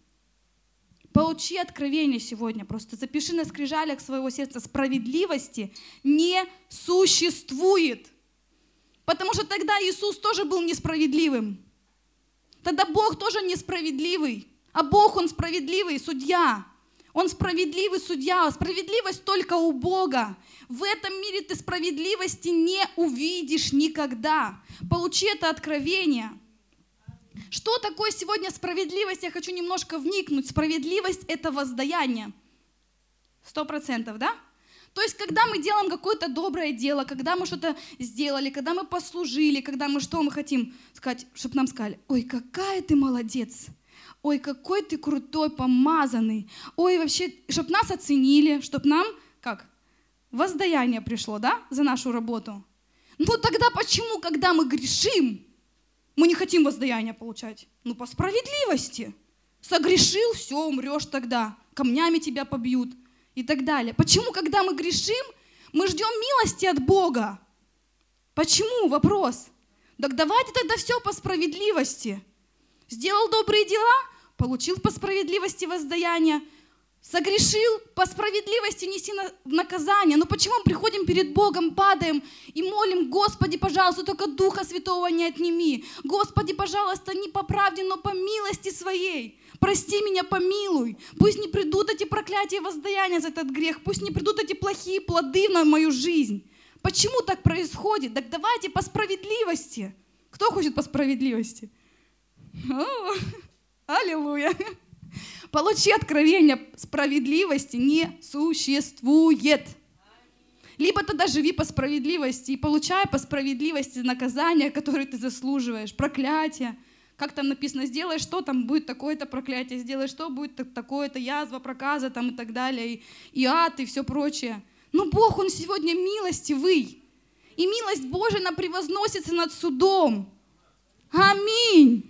Получи откровение сегодня. Просто запиши на скрижалях своего сердца: справедливости не существует. Потому что тогда Иисус тоже был несправедливым. Тогда Бог тоже несправедливый. А Бог, Он справедливый судья. Он справедливый судья. Справедливость только у Бога. В этом мире ты справедливости не увидишь никогда. Получи это откровение. Что такое сегодня справедливость? Я хочу немножко вникнуть. Справедливость — это воздаяние. Сто процентов, да? То есть, когда мы делаем какое-то доброе дело, когда мы что-то сделали, когда мы послужили, когда мы что мы хотим сказать, чтобы нам сказали: ой, какая ты молодец, ой, какой ты крутой, помазанный, ой, вообще, чтобы нас оценили, чтобы нам, как, воздаяние пришло, да, за нашу работу. Ну тогда почему, когда мы грешим, мы не хотим воздаяния получать? Ну, по справедливости. Согрешил, все, умрешь тогда, камнями тебя побьют и так далее. Почему, когда мы грешим, мы ждем милости от Бога? Почему? Вопрос. Так давайте тогда все по справедливости. Сделал добрые дела, получил по справедливости воздаяние. Согрешил, по справедливости неси наказание. Но почему мы приходим перед Богом, падаем и молим: Господи, пожалуйста, только Духа Святого не отними. Господи, пожалуйста, не по правде, но по милости своей. Прости меня, помилуй. Пусть не придут эти проклятия и воздаяния за этот грех. Пусть не придут эти плохие плоды на мою жизнь. Почему так происходит? Так давайте по справедливости. Кто хочет по справедливости? О, аллилуйя. Получи откровение: справедливости не существует. Либо тогда живи по справедливости и получай по справедливости наказание, которое ты заслуживаешь, проклятие. Как там написано: сделай что, там будет такое-то проклятие, сделай что, будет такое-то язва, проказа там и так далее, и, и ад, и все прочее. Но Бог, Он сегодня милостивый. И милость Божия, она превозносится над судом. Аминь.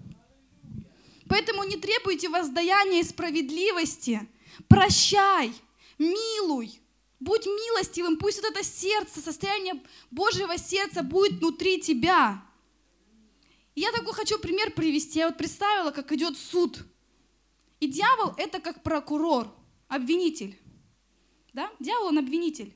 Поэтому не требуйте воздаяния и справедливости. Прощай, милуй, будь милостивым. Пусть вот это сердце, состояние Божьего сердца будет внутри тебя. И я такой хочу пример привести. Я вот представила, как идет суд. И дьявол — это как прокурор, обвинитель. Да? Дьявол — он обвинитель.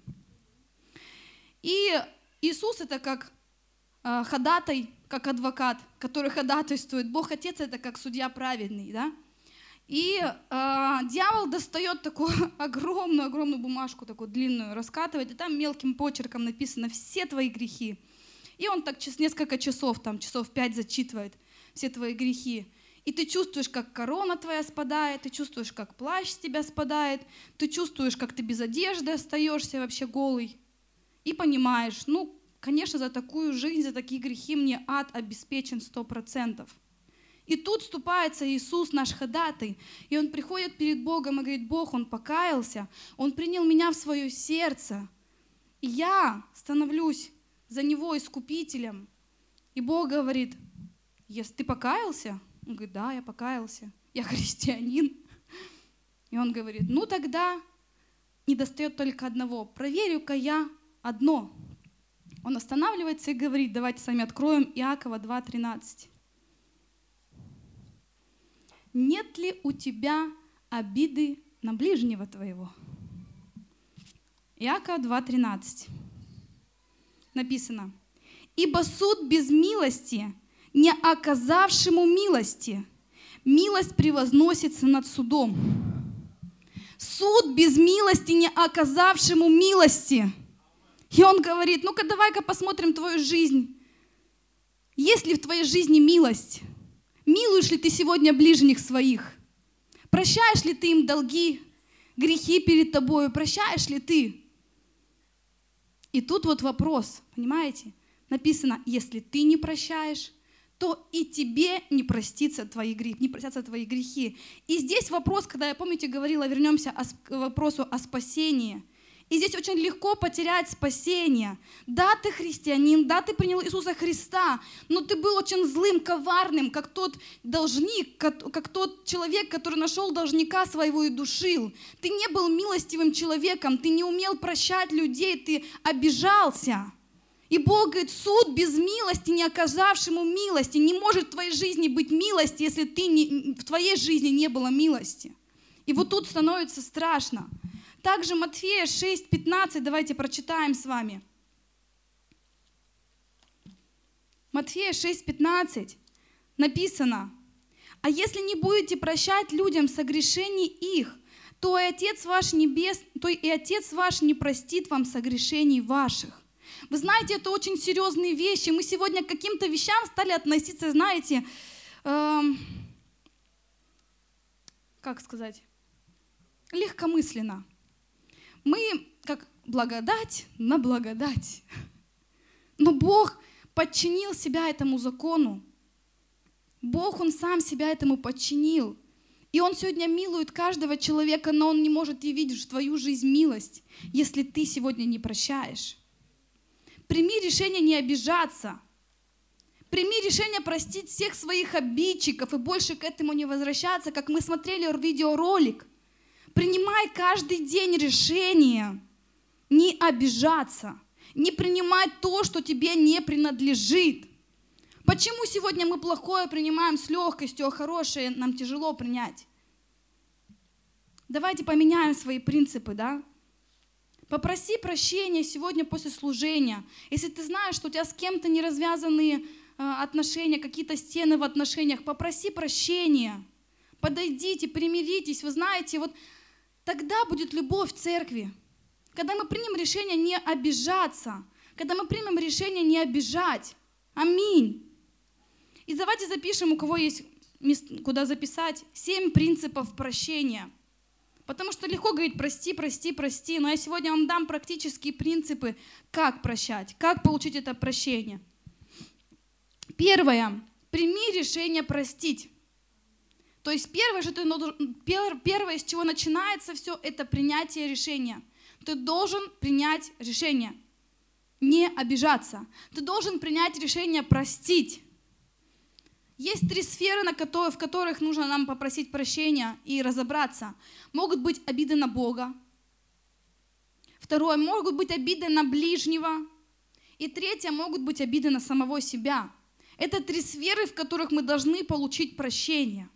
И Иисус — это как э, ходатай, как адвокат, который ходатайствует. Бог Отец — это как судья праведный, да? И э, дьявол достает такую огромную-огромную бумажку, такую длинную, раскатывает, и там мелким почерком написано все твои грехи. И он так через несколько часов, там часов пять зачитывает все твои грехи. И ты чувствуешь, как корона твоя спадает, ты чувствуешь, как плащ с тебя спадает, ты чувствуешь, как ты без одежды остаешься вообще голый. И понимаешь, ну, конечно, за такую жизнь, за такие грехи мне ад обеспечен сто процентов. И тут вступается Иисус, наш ходатай, и Он приходит перед Богом и говорит: Бог, Он покаялся, Он принял меня в свое сердце, и я становлюсь за Него искупителем. И Бог говорит: если ты покаялся? Он говорит: да, я покаялся, я христианин. И Он говорит: ну тогда недостает только одного. Проверю-ка я одно. Он останавливается и говорит, давайте с вами откроем Иакова два тринадцать. Нет ли у тебя обиды на ближнего твоего? Иакова два тринадцать. Написано: «Ибо суд без милости, не оказавшему милости, милость превозносится над судом». Суд без милости, не оказавшему милости. И он говорит, ну-ка давай-ка посмотрим твою жизнь. Есть ли в твоей жизни милость? Милуешь ли ты сегодня ближних своих? Прощаешь ли ты им долги, грехи перед тобою? Прощаешь ли ты? И тут вот вопрос, понимаете? Написано, если ты не прощаешь, то и тебе не простится твои грехи, не простятся твои грехи. И здесь вопрос, когда я, помните, говорила, вернемся к вопросу о спасении. И здесь очень легко потерять спасение. Да, ты христианин, да, ты принял Иисуса Христа, но ты был очень злым, коварным, как тот должник, как, как тот человек, который нашел должника своего и душил. Ты не был милостивым человеком, ты не умел прощать людей, ты обижался. И Бог говорит, суд без милости, не оказавшему милости. Не может в твоей жизни быть милости, если ты не, в твоей жизни не было милости. И вот тут становится страшно. Также Матфея шесть пятнадцать, давайте прочитаем с вами. Матфея шесть пятнадцать написано: «А если не будете прощать людям согрешений их, то и Отец ваш небес, то и Отец ваш не простит вам согрешений ваших». Вы знаете, это очень серьезные вещи. Мы сегодня к каким-то вещам стали относиться, знаете, эм, как сказать, легкомысленно. Мы как благодать на благодать. Но Бог подчинил себя этому закону. Бог, Он сам себя этому подчинил. И Он сегодня милует каждого человека, но Он не может явить в твою жизнь милость, если ты сегодня не прощаешь. Прими решение не обижаться. Прими решение простить всех своих обидчиков и больше к этому не возвращаться, как мы смотрели видеоролик. Принимай каждый день решение не обижаться, не принимать то, что тебе не принадлежит. Почему сегодня мы плохое принимаем с легкостью, а хорошее нам тяжело принять? Давайте поменяем свои принципы, да? Попроси прощения сегодня после служения. Если ты знаешь, что у тебя с кем-то не развязанные отношения, какие-то стены в отношениях, попроси прощения. Подойдите, примиритесь. Вы знаете, вот тогда будет любовь в церкви. Когда мы примем решение не обижаться, когда мы примем решение не обижать. Аминь. И давайте запишем, у кого есть куда записать, семь принципов прощения. Потому что легко говорить прости, прости, прости, но я сегодня вам дам практические принципы, как прощать, как получить это прощение. Первое. Прими решение простить. То есть первое, что ты, первое, с чего начинается все, это принятие решения. Ты должен принять решение, не обижаться. Ты должен принять решение простить. Есть три сферы, на которые, в которых нужно нам попросить прощения и разобраться. Могут быть обиды на Бога. Второе, могут быть обиды на ближнего. И третье, могут быть обиды на самого себя. Это три сферы, в которых мы должны получить прощение.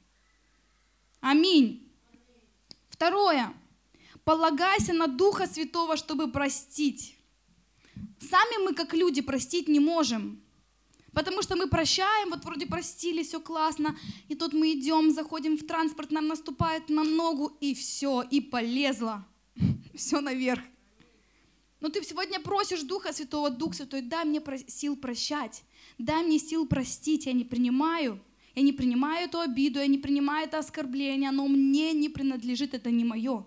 Аминь. Второе. Полагайся на Духа Святого, чтобы простить. Сами мы, как люди, простить не можем. Потому что мы прощаем, вот вроде простили, все классно, и тут мы идем, заходим в транспорт, нам наступает на ногу, и все, и полезло. Все наверх. Но ты сегодня просишь Духа Святого, Дух Святой, дай мне сил прощать, дай мне сил простить, я не принимаю, я не принимаю эту обиду, я не принимаю это оскорбление, оно мне не принадлежит, это не мое.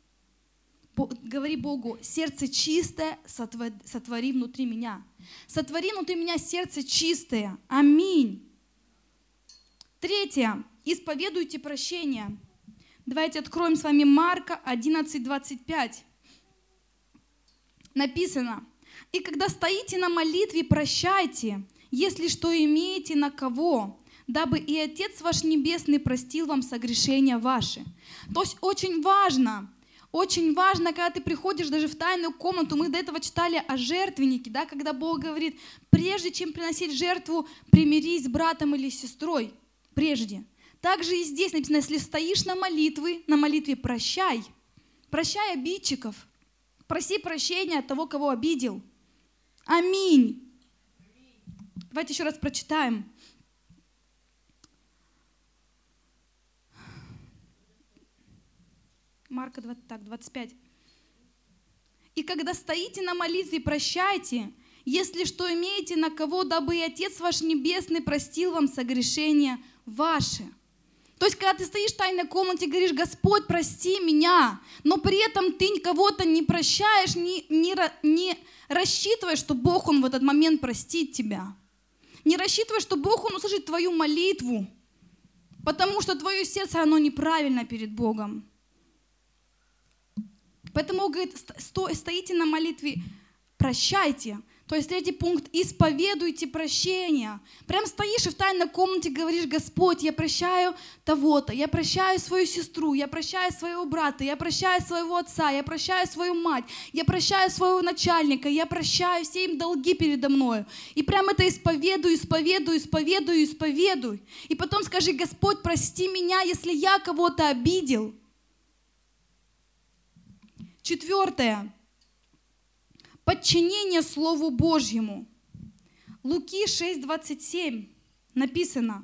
Говори Богу, сердце чистое сотвори внутри меня. Сотвори внутри меня сердце чистое. Аминь. Третье. Исповедуйте прощение. Давайте откроем с вами Марка одиннадцать двадцать пять. Написано: «И когда стоите на молитве, прощайте, если что имеете на кого, дабы и Отец ваш Небесный простил вам согрешения ваши». То есть очень важно. Очень важно, когда ты приходишь даже в тайную комнату, мы до этого читали о жертвеннике, да, когда Бог говорит, прежде чем приносить жертву, примирись с братом или сестрой, прежде. Также и здесь написано, если стоишь на молитве, на молитве прощай, прощай обидчиков, проси прощения от того, кого обидел. Аминь. Давайте еще раз прочитаем. Марка так, двадцать пять. «И когда стоите на молитве, прощайте, если что имеете на кого, дабы и Отец ваш Небесный простил вам согрешения ваши». То есть, когда ты стоишь в тайной комнате и говоришь, Господь, прости меня, но при этом ты кого-то не прощаешь, не, не, не рассчитываешь, что Бог, Он в этот момент простит тебя. Не рассчитывай, что Бог, Он услышит твою молитву, потому что твое сердце, оно неправильно перед Богом. Поэтому Он говорит, стоите на молитве, прощайте. То есть третий пункт, исповедуйте прощение. Прям стоишь и в тайной комнате говоришь, Господь, я прощаю того-то, я прощаю свою сестру, я прощаю своего брата, я прощаю своего отца, я прощаю свою мать, я прощаю своего начальника, я прощаю все им долги передо мною. И прям это исповедуй, исповедуй, исповедуй, исповедуй. И потом скажи, Господь, прости меня, если я кого-то обидел. Четвертое. Подчинение Слову Божьему. Луки шесть двадцать семь написано.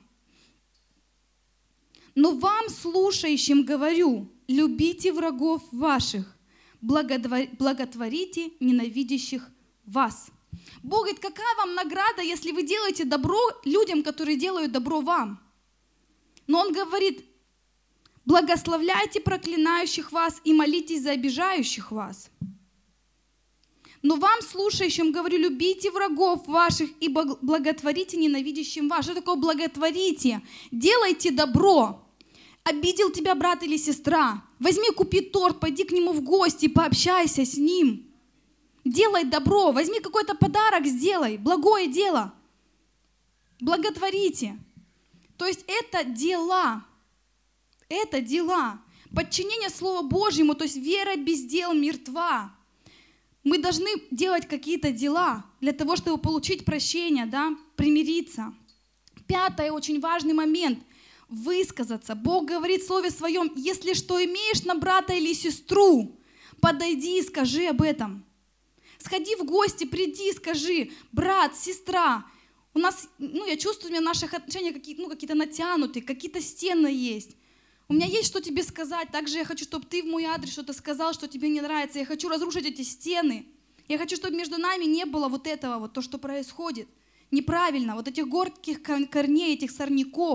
«Но вам, слушающим, говорю, любите врагов ваших, благотворите ненавидящих вас». Бог говорит, какая вам награда, если вы делаете добро людям, которые делают добро вам? Но Он говорит, благословляйте проклинающих вас и молитесь за обижающих вас. Но вам, слушающим, говорю, любите врагов ваших и благотворите ненавидящим вас. Что такое благотворите? Делайте добро. Обидел тебя брат или сестра? Возьми, купи торт, пойди к нему в гости, пообщайся с ним. Делай добро, возьми какой-то подарок, сделай, благое дело. Благотворите. То есть это дела. Это дела. Подчинение Слову Божьему, то есть вера без дел мертва. Мы должны делать какие-то дела для того, чтобы получить прощение, да, примириться. Пятый очень важный момент – высказаться. Бог говорит в Слове Своем, если что имеешь на брата или сестру, подойди и скажи об этом. Сходи в гости, приди и скажи, брат, сестра, у нас, ну, я чувствую, у меня в наших отношениях какие-то, ну, какие-то натянутые, какие-то стены есть. У меня есть что тебе сказать, также я хочу, чтобы ты в мой адрес что-то сказал, что тебе не нравится. Я хочу разрушить эти стены. Я хочу, чтобы между нами не было вот этого, вот то, что происходит. Неправильно, вот этих горьких корней, этих сорняков.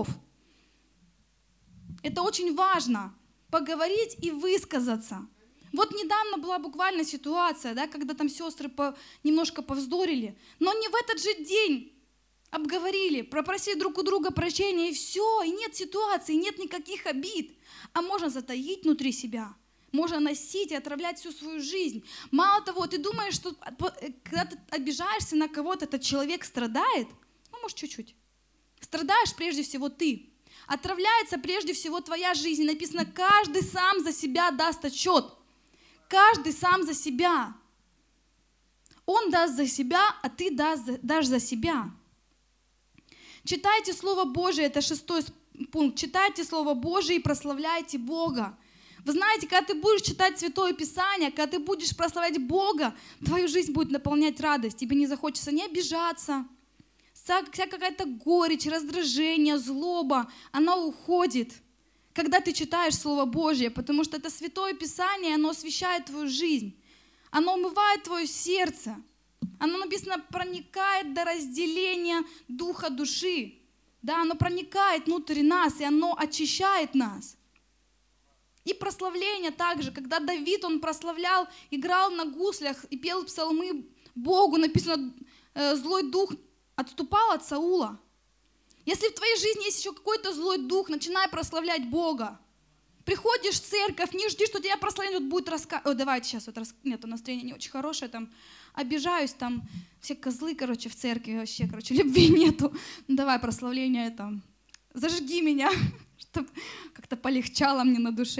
Это очень важно, поговорить и высказаться. Вот недавно была буквально ситуация, да, когда там сестры по, немножко повздорили, но не в этот же день обговорили, попросили друг у друга прощения, и все, и нет ситуации, нет никаких обид. А можно затаить внутри себя, можно носить и отравлять всю свою жизнь. Мало того, ты думаешь, что когда ты обижаешься на кого-то, этот человек страдает? Ну, может, чуть-чуть. Страдаешь прежде всего ты. Отравляется прежде всего твоя жизнь. Написано, каждый сам за себя даст отчет. Каждый сам за себя. Он даст за себя, а ты дашь за себя. Читайте Слово Божие, это шестой пункт. Читайте Слово Божие и прославляйте Бога. Вы знаете, когда ты будешь читать Святое Писание, когда ты будешь прославлять Бога, твою жизнь будет наполнять радость. Тебе не захочется не обижаться. Вся какая-то горечь, раздражение, злоба, она уходит, когда ты читаешь Слово Божие, потому что это Святое Писание, оно освещает твою жизнь. Оно умывает твое сердце. Оно, написано, проникает до разделения духа души. Да, оно проникает внутрь нас, и оно очищает нас. И прославление также, когда Давид, он прославлял, играл на гуслях и пел псалмы Богу, написано, злой дух отступал от Саула. Если в твоей жизни есть еще какой-то злой дух, начинай прославлять Бога. Приходишь в церковь, не жди, что тебя прославление тут будет рассказывать. О, давайте сейчас, вот рас... нет, настроение не очень хорошее, там, обижаюсь, там, все козлы, короче, в церкви вообще, короче, любви нету. Давай прославление, там, зажги меня, чтобы как-то полегчало мне на душе.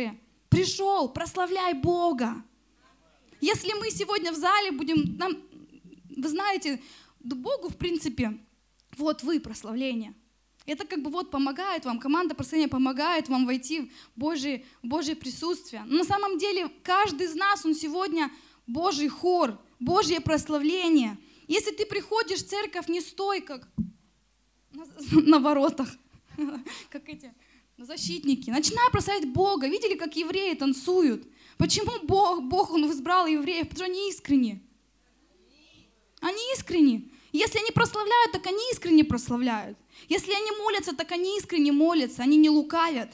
Пришел, прославляй Бога. Если мы сегодня в зале будем, нам, вы знаете, Богу, в принципе, вот вы, прославление. Это как бы вот помогает вам, команда прославления помогает вам войти в Божие, в Божие присутствие. Но на самом деле каждый из нас, он сегодня Божий хор, Божье прославление. Если ты приходишь в церковь, не стой, как на, на воротах, как эти защитники. Начинай прославлять Бога. Видели, как евреи танцуют? Почему Бог, Бог Он избрал евреев? Потому что они искренни. Они искренни. Если они прославляют, так они искренне прославляют. Если они молятся, так они искренне молятся. Они не лукавят.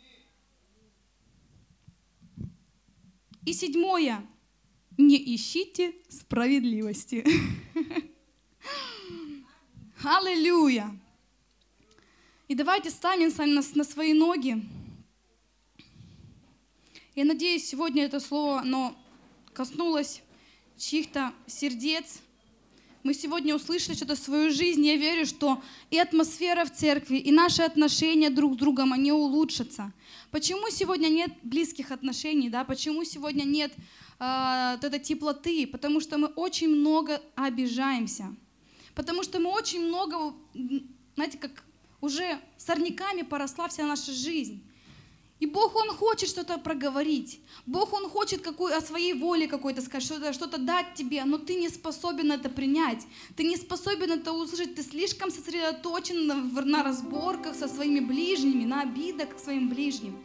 И седьмое. Не ищите справедливости. Аллилуйя. И давайте встанем с вами на, на свои ноги. Я надеюсь, сегодня это слово, оно коснулось чьих-то сердец. Мы сегодня услышали что-то в свою жизнь. Я верю, что и атмосфера в церкви, и наши отношения друг с другом, они улучшатся. Почему сегодня нет близких отношений? Да? Почему сегодня нет э, вот этой теплоты? Потому что мы очень много обижаемся. Потому что мы очень много, знаете, как уже сорняками поросла вся наша жизнь. И Бог, Он хочет что-то проговорить. Бог, Он хочет какую, о своей воле какой-то сказать, что-то, что-то дать тебе, но ты не способен это принять. Ты не способен это услышать. Ты слишком сосредоточен на, на разборках со своими ближними, на обидах к своим ближним.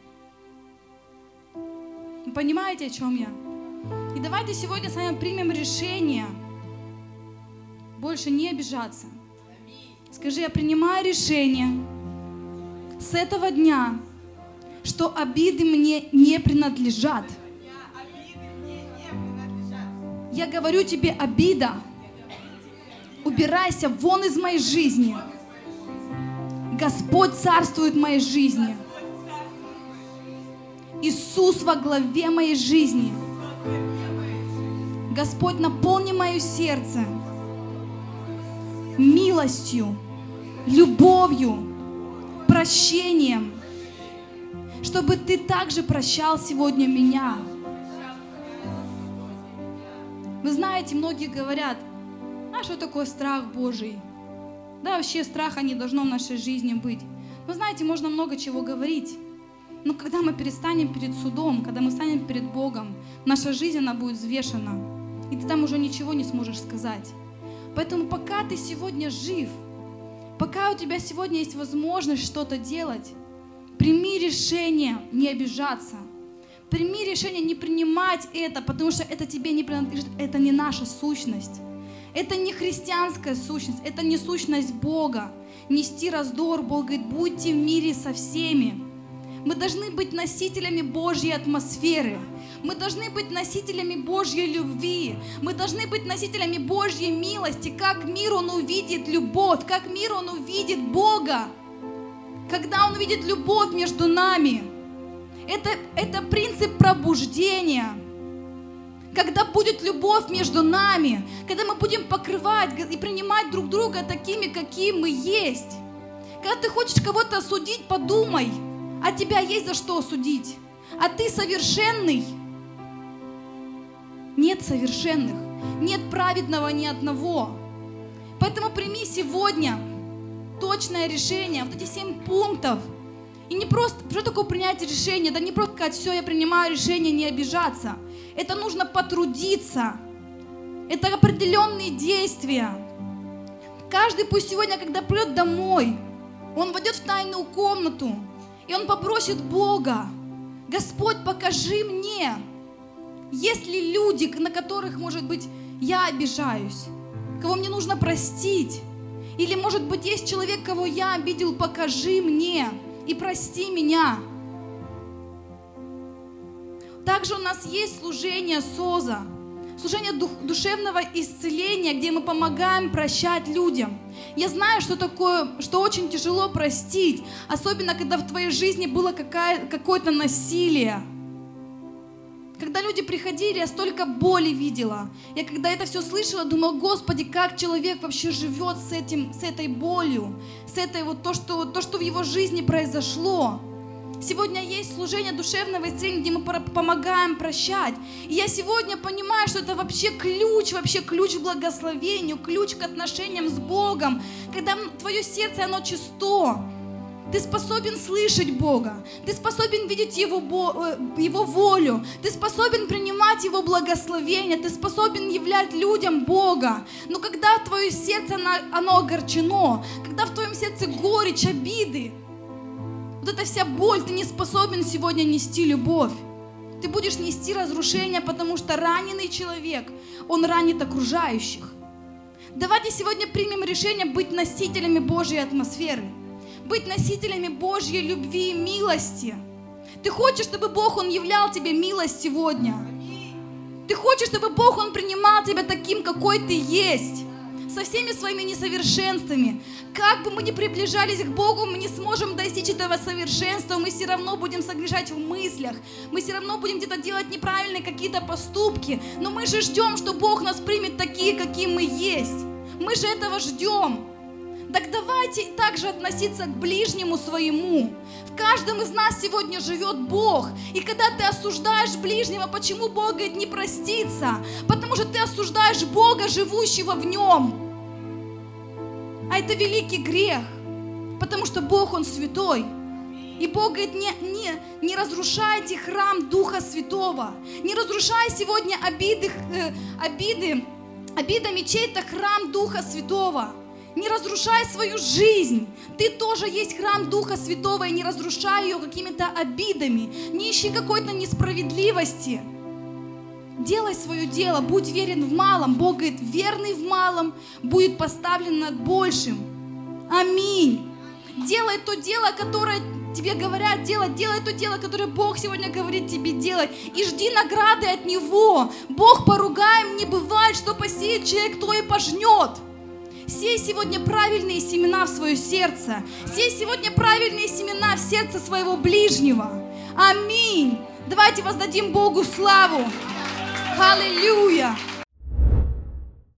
Вы понимаете, о чем я? И давайте сегодня с вами примем решение больше не обижаться. Скажи, я принимаю решение с этого дня, что обиды мне не принадлежат. Я говорю тебе, обида, убирайся вон из моей жизни. Господь царствует в моей жизни. Иисус во главе моей жизни. Господь, наполни мое сердце милостью, любовью, прощением, чтобы Ты также прощал сегодня меня. Вы знаете, многие говорят, а что такое страх Божий? Да, вообще страха не должно в нашей жизни быть. Вы знаете, можно много чего говорить, но когда мы перестанем перед судом, когда мы станем перед Богом, наша жизнь, она будет взвешена, и ты там уже ничего не сможешь сказать. Поэтому пока ты сегодня жив, пока у тебя сегодня есть возможность что-то делать, прими решение не обижаться. Прими решение не принимать это, потому что это тебе не принадлежит, это не наша сущность. Это не христианская сущность, это не сущность Бога. Нести раздор, Бог говорит, будьте в мире со всеми. Мы должны быть носителями Божьей атмосферы. Мы должны быть носителями Божьей любви. Мы должны быть носителями Божьей милости. Как мир он увидит любовь, как мир он увидит Бога. Когда он увидит любовь между нами. Это, это принцип пробуждения. Когда будет любовь между нами, когда мы будем покрывать и принимать друг друга такими, какие мы есть. Когда ты хочешь кого-то осудить, подумай, а тебя есть за что осудить. А ты совершенный. Нет совершенных, нет праведного ни одного. Поэтому прими сегодня точное решение, вот эти семь пунктов. И не просто, что такое принять решение? Это не просто сказать, все, я принимаю решение не обижаться. Это нужно потрудиться. Это определенные действия. Каждый пусть сегодня, когда придет домой, он войдет в тайную комнату, и он попросит Бога, Господь, покажи мне, есть ли люди, на которых, может быть, я обижаюсь, кого мне нужно простить. Или, может быть, есть человек, кого я обидел, покажи мне и прости меня. Также у нас есть служение СОЗа, служение дух, душевного исцеления, где мы помогаем прощать людям. Я знаю, что такое, что очень тяжело простить, особенно когда в твоей жизни было какая, какое-то насилие. Когда люди приходили, я столько боли видела. Я когда это все слышала, думала, Господи, как человек вообще живет с этим, с этой болью, с этой вот то, что, то, что в его жизни произошло. Сегодня есть служение душевного исцеления, где мы помогаем прощать. И я сегодня понимаю, что это вообще ключ, вообще ключ к благословению, ключ к отношениям с Богом. Когда твое сердце, оно чисто, ты способен слышать Бога, ты способен видеть Его, Его волю, ты способен принимать Его благословение, ты способен являть людям Бога. Но когда твое сердце, оно, оно огорчено, когда в твоем сердце горечь, обиды, вот эта вся боль, ты не способен сегодня нести любовь. Ты будешь нести разрушение, потому что раненый человек, он ранит окружающих. Давайте сегодня примем решение быть носителями Божьей атмосферы, быть носителями Божьей любви и милости. Ты хочешь, чтобы Бог, Он являл тебе милость сегодня? Ты хочешь, чтобы Бог, Он принимал тебя таким, какой ты есть, со всеми своими несовершенствами? Как бы мы ни приближались к Богу, мы не сможем достичь этого совершенства, мы все равно будем согрешать в мыслях, мы все равно будем где-то делать неправильные какие-то поступки, но мы же ждем, что Бог нас примет такие, какие мы есть. Мы же этого ждем. Так давайте также относиться к ближнему своему. В каждом из нас сегодня живет Бог. И когда ты осуждаешь ближнего, почему Бог говорит не проститься? Потому что ты осуждаешь Бога, живущего в нем. А это великий грех. Потому что Бог, Он святой. И Бог говорит, не, не, не разрушайте храм Духа Святого. Не разрушай сегодня обиды, э, обиды, обидами чей-то храм Духа Святого. Не разрушай свою жизнь. Ты тоже есть храм Духа Святого, и не разрушай ее какими-то обидами. Не ищи какой-то несправедливости. Делай свое дело, будь верен в малом. Бог говорит, верный в малом будет поставлен над большим. Аминь. Делай то дело, которое тебе говорят делать. Делай то дело, которое Бог сегодня говорит тебе делать. И жди награды от Него. Бог поругаем не бывает, что посеет человек, то и пожнет. Сей сегодня правильные семена в свое сердце. Сей сегодня правильные семена в сердце своего ближнего. Аминь. Давайте воздадим Богу славу. Аллилуйя.